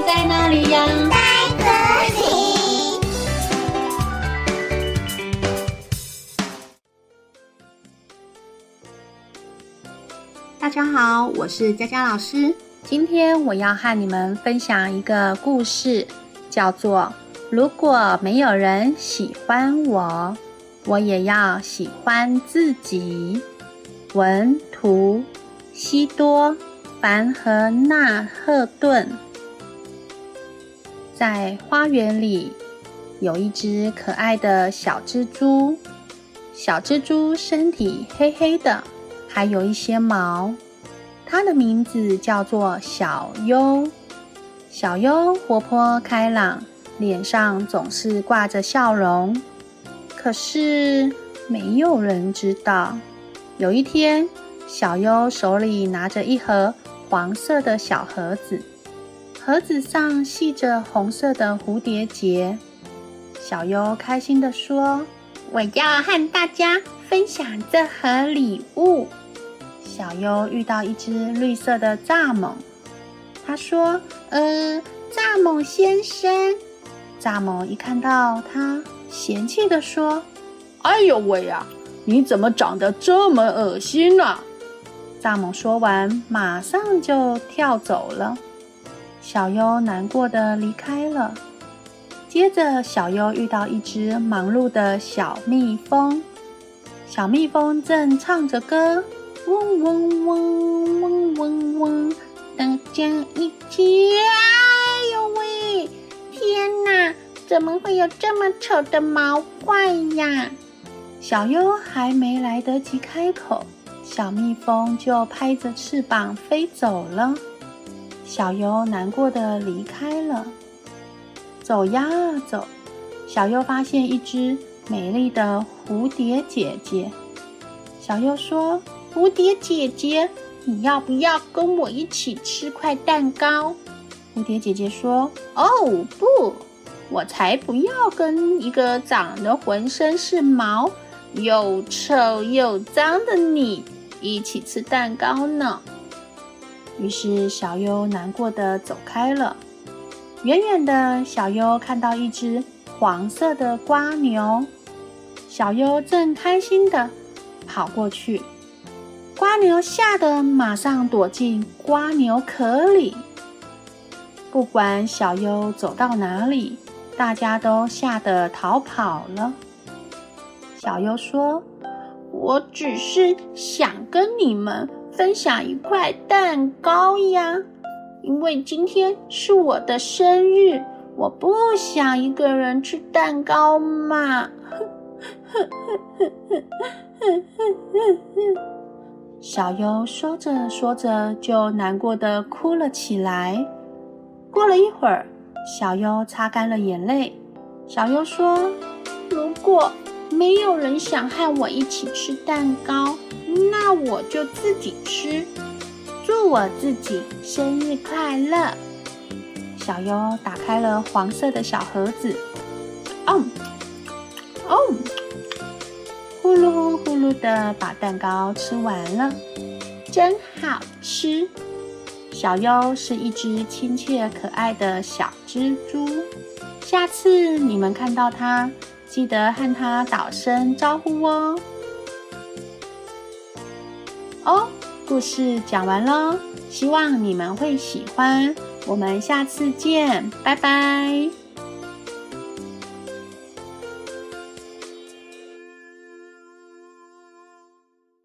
在哪里呀？ 在这里。 大家好，我是佳佳老师。今天我要和你们分享一个故事，叫做如果没有人喜欢我，我也要喜欢自己。文图西多·凡和纳赫顿。在花园里有一只可爱的小蜘蛛，小蜘蛛身体黑黑的，还有一些毛，它的名字叫做小优。小优活泼开朗，脸上总是挂着笑容。可是没有人知道，有一天，小优手里拿着一盒黄色的小盒子，盒子上系着红色的蝴蝶结。小优开心地说：“我要和大家分享这盒礼物。”小优遇到一只绿色的蚱蜢，他说：“蚱蜢先生。”蚱蜢一看到他，嫌弃地说：“ 哎呦喂呀，你怎么长得这么恶心啊？” 蚱蜢说完，马上就跳走了。小优难过地离开了。接着，小优遇到一只忙碌的小蜜蜂。小蜜蜂正唱着歌，嗡嗡嗡嗡嗡嗡，大家一起。哎呦喂，天哪，怎么会有这么丑的毛怪呀？小优还没来得及开口，小蜜蜂就拍着翅膀飞走了。小优难过地离开了。走呀走，小优发现一只美丽的蝴蝶姐姐。小优说：“蝴蝶姐姐，你要不要跟我一起吃块蛋糕？”蝴蝶姐姐说：“哦，不，我才不要跟一个长得浑身是毛、又臭又脏的你一起吃蛋糕呢。”于是小优难过地走开了。远远的，小优看到一只黄色的蝸牛，小优正开心地跑过去，蝸牛吓得马上躲进蝸牛壳里。不管小优走到哪里，大家都吓得逃跑了。小优说：“我只是想跟你们分享一块蛋糕呀，因为今天是我的生日，我不想一个人吃蛋糕嘛。”小优说着说着就难过地哭了起来。过了一会儿，小优擦干了眼泪。小优说：“如果没有人想和我一起吃蛋糕，那我就自己吃。祝我自己生日快乐。”小优打开了黄色的小盒子，呼噜呼噜地把蛋糕吃完了，真好吃。小优是一只亲切可爱的小蜘蛛，下次你们看到它，记得和它打声招呼哦。故事讲完咯，希望你们会喜欢，我们下次见，拜拜。